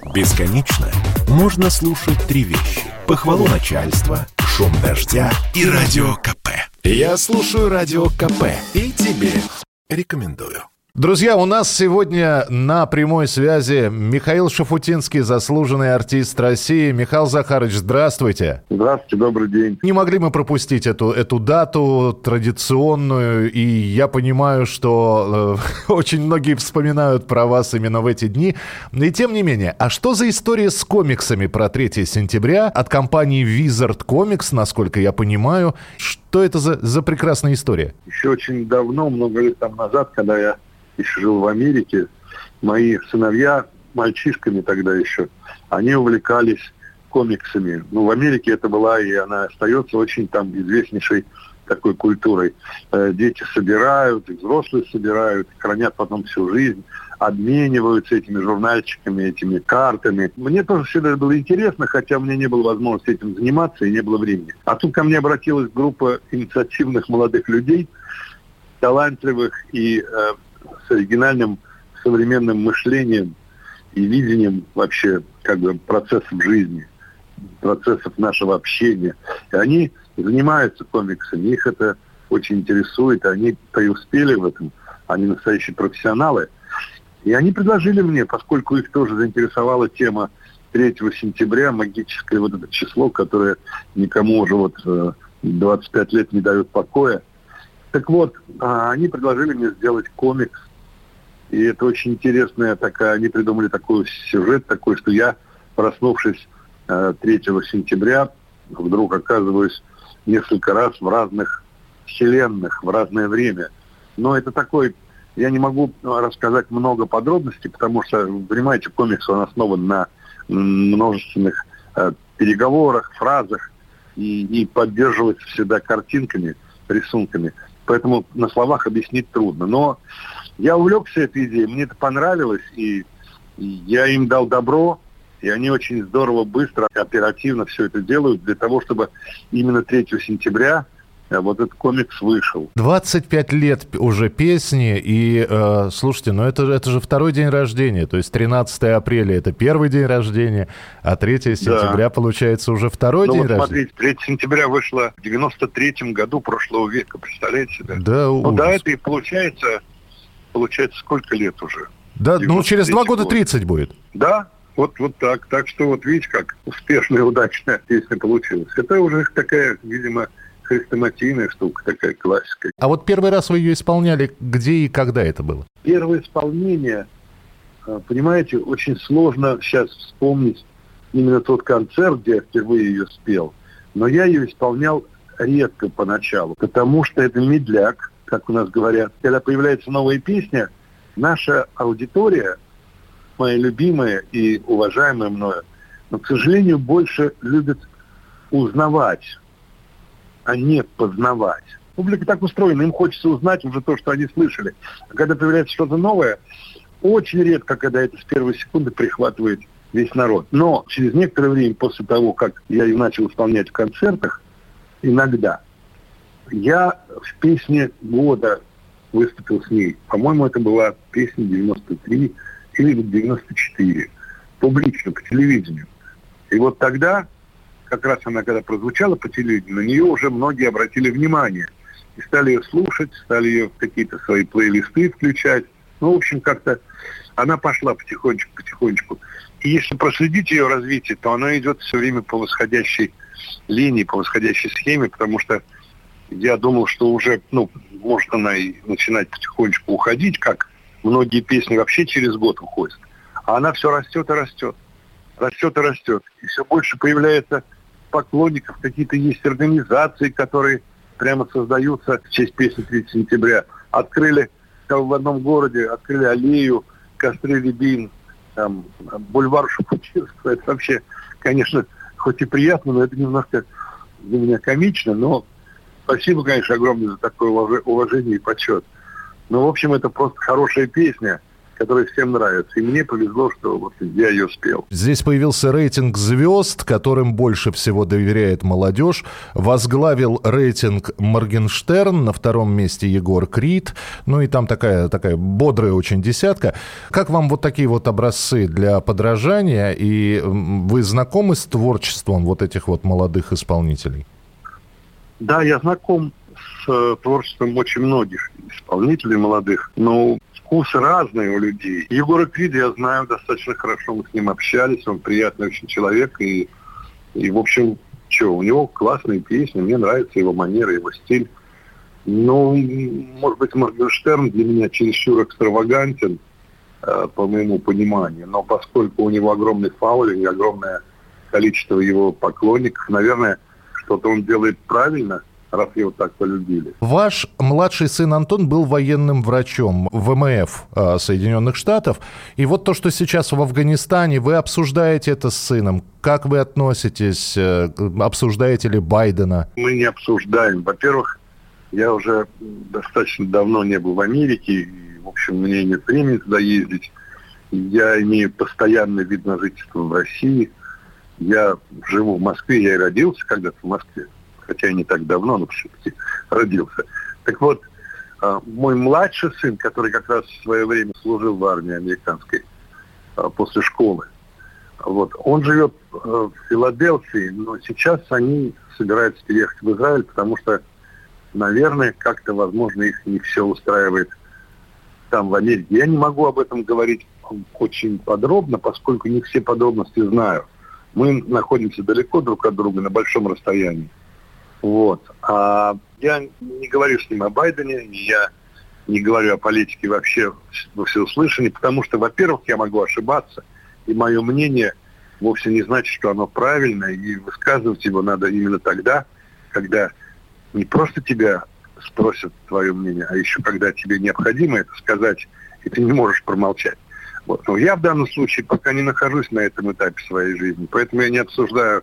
Бесконечно можно слушать три вещи: похвалу начальства, шум дождя и радио КП. Я слушаю радио КП и тебе рекомендую. Друзья, у нас сегодня на прямой связи Михаил Шафутинский, заслуженный артист России. Михаил Захарович, здравствуйте. Здравствуйте, добрый день. Не могли мы пропустить эту дату традиционную, и я понимаю, что очень многие вспоминают про вас именно в эти дни. И тем не менее, а что за история с комиксами про 3 сентября от компании Wizard Comics, насколько я понимаю? Что это за прекрасная история? Еще очень давно, много лет назад, когда я еще жил в Америке, мои сыновья, мальчишками тогда еще, они увлекались комиксами. Ну, в Америке это была, и она остается очень там известнейшей такой культурой. Дети собирают, и взрослые собирают, хранят потом всю жизнь, обмениваются этими журнальчиками, этими картами. Мне тоже всегда было интересно, хотя у меня не было возможности этим заниматься и не было времени. А тут ко мне обратилась группа инициативных молодых людей, талантливых и с оригинальным современным мышлением и видением вообще процессов жизни, процессов нашего общения. И они занимаются комиксами, их это очень интересует, они преуспели в этом, они настоящие профессионалы. И они предложили мне, поскольку их тоже заинтересовала тема 3 сентября, магическое вот это число, которое никому уже 25 лет не дает покоя. Так вот, они предложили мне сделать комикс. И это очень интересная такая, они придумали такой сюжет, такой, что я, проснувшись 3 сентября, вдруг оказываюсь несколько раз в разных вселенных, в разное время. Но это такой, я не могу рассказать много подробностей, потому что, понимаете, комикс, он основан на множественных переговорах, фразах и поддерживается всегда картинками, рисунками. Поэтому на словах объяснить трудно. Но я увлекся этой идеей, мне это понравилось, и я им дал добро, и они очень здорово, быстро, оперативно все это делают для того, чтобы именно 3 сентября вот этот комикс вышел. 25 лет уже песни, и, слушайте, это же второй день рождения, то есть 13 апреля это первый день рождения, а 3 сентября, получается, уже второй день рождения. Смотрите, 3 сентября вышло в 93-м году прошлого века, представляете себе? Да, ужас. Да, это и получается сколько лет уже? Да, через 2 года 30 будет. Да, вот так. Так что видите, как успешная, удачная песня получилась. Это уже такая, видимо, хрестоматийная штука, такая классика. А вот первый раз вы ее исполняли, где и когда это было? Первое исполнение, понимаете, очень сложно сейчас вспомнить именно тот концерт, где я впервые ее спел. Но я ее исполнял редко поначалу, потому что это медляк, как у нас говорят. Когда появляется новая песня, наша аудитория, моя любимая и уважаемая мною, но, к сожалению, больше любит узнавать, а не познавать. Публика так устроена, им хочется узнать уже то, что они слышали. А когда появляется что-то новое, очень редко, когда это с первой секунды прихватывает весь народ. Но через некоторое время, после того, как я ее начал исполнять в концертах, иногда, я в песне года выступил с ней. По-моему, это была песня 93 или 94. Публично, по телевидению. И вот тогда, как раз она когда прозвучала по телевидению, на нее уже многие обратили внимание. И стали ее слушать, стали ее в какие-то свои плейлисты включать. Ну, в общем, как-то она пошла потихонечку. И если проследить ее развитие, то она идет все время по восходящей линии, по восходящей схеме, потому что я думал, что уже, может она и начинать потихонечку уходить, как многие песни вообще через год уходят. А она все растет и растет. Растет и растет. И все больше появляется поклонников, какие-то есть организации, которые прямо создаются в честь песни 3 сентября. Открыли в одном городе, открыли аллею Костры-Рябин, там, бульвар Шафутинского. Это вообще, конечно, хоть и приятно, но это немножко для меня комично, но спасибо, конечно, огромное за такое уважение и почет. Ну, в общем, это просто хорошая песня, которая всем нравится. И мне повезло, что вот я ее спел. Здесь появился рейтинг звезд, которым больше всего доверяет молодежь. Возглавил рейтинг Моргенштерн, на втором месте Егор Крид. Ну и там такая бодрая очень десятка. Как вам вот такие вот образцы для подражания? И вы знакомы с творчеством вот этих вот молодых исполнителей? Да, я знаком с творчеством очень многих исполнителей молодых, но вкусы разные у людей. Егора Крида я знаю достаточно хорошо, мы с ним общались, он приятный очень человек, и в общем, у него классные песни, мне нравится его манера, его стиль. Но, может быть, Моргенштерн для меня чересчур экстравагантен, по моему пониманию, но поскольку у него огромный фаулинг, огромное количество его поклонников, наверное, что-то он делает правильно, раз его так полюбили. Ваш младший сын Антон был военным врачом в ВМФ Соединенных Штатов. И вот то, что сейчас в Афганистане, вы обсуждаете это с сыном. Как вы относитесь? Обсуждаете ли Байдена? Мы не обсуждаем. Во-первых, я уже достаточно давно не был в Америке. И, в общем, мне нет времени туда ездить. Я имею постоянный вид на жительство в России. Я живу в Москве. Я и родился когда-то в Москве. Хотя и не так давно, но все-таки родился. Так вот, мой младший сын, который как раз в свое время служил в армии американской после школы, вот, он живет в Филадельфии, но сейчас они собираются переехать в Израиль, потому что, наверное, как-то, возможно, их не все устраивает там, в Америке. Я не могу об этом говорить очень подробно, поскольку не все подробности знаю. Мы находимся далеко друг от друга, на большом расстоянии. Вот. А я не говорю с ним о Байдене, я не говорю о политике вообще во всеуслышании, потому что, во-первых, я могу ошибаться, и мое мнение вовсе не значит, что оно правильное, и высказывать его надо именно тогда, когда не просто тебя спросят твое мнение, а еще когда тебе необходимо это сказать, и ты не можешь промолчать. Вот. Но я в данном случае пока не нахожусь на этом этапе своей жизни, поэтому я не обсуждаю,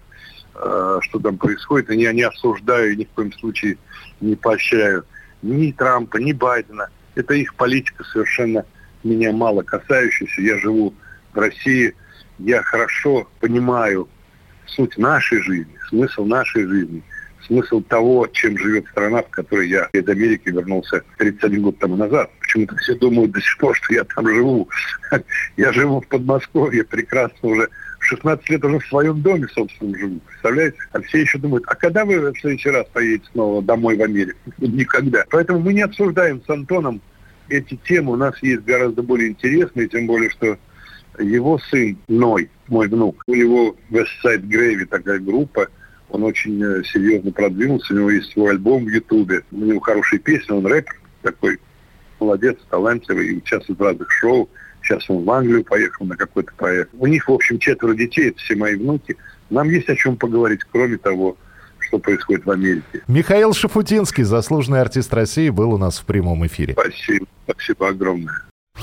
что там происходит, и я не осуждаю, и ни в коем случае не поощряю ни Трампа, ни Байдена. Это их политика, совершенно меня мало касающаяся. Я живу в России, я хорошо понимаю суть нашей жизни, смысл нашей жизни, смысл того, чем живет страна, в которой я из Америки вернулся 31 год тому назад. Почему-то все думают до сих пор, что я там живу. Я живу в Подмосковье, прекрасно уже 16 лет уже в своем доме, собственно, живу. Представляете? А все еще думают, а когда вы в следующий раз поедете снова домой в Америку? Никогда. Поэтому мы не обсуждаем с Антоном эти темы. У нас есть гораздо более интересные, тем более, что его сын Ной, мой внук, у него West Side Gravy, такая группа, он очень серьезно продвинулся, у него есть свой альбом в Ютубе, у него хорошие песни, он рэпер такой, молодец, талантливый, участвует в разных шоу. Сейчас он в Англию поехал на какой-то проект. У них, в общем, 4 детей, это все мои внуки. Нам есть о чем поговорить, кроме того, что происходит в Америке. Михаил Шафутинский, заслуженный артист России, был у нас в прямом эфире. Спасибо огромное.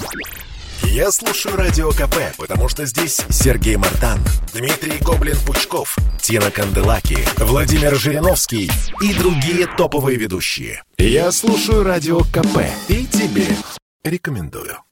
Я слушаю Радио КП, потому что здесь Сергей Мартан, Дмитрий Гоблин-Пучков, Тина Канделаки, Владимир Жириновский и другие топовые ведущие. Я слушаю Радио КП и тебе рекомендую.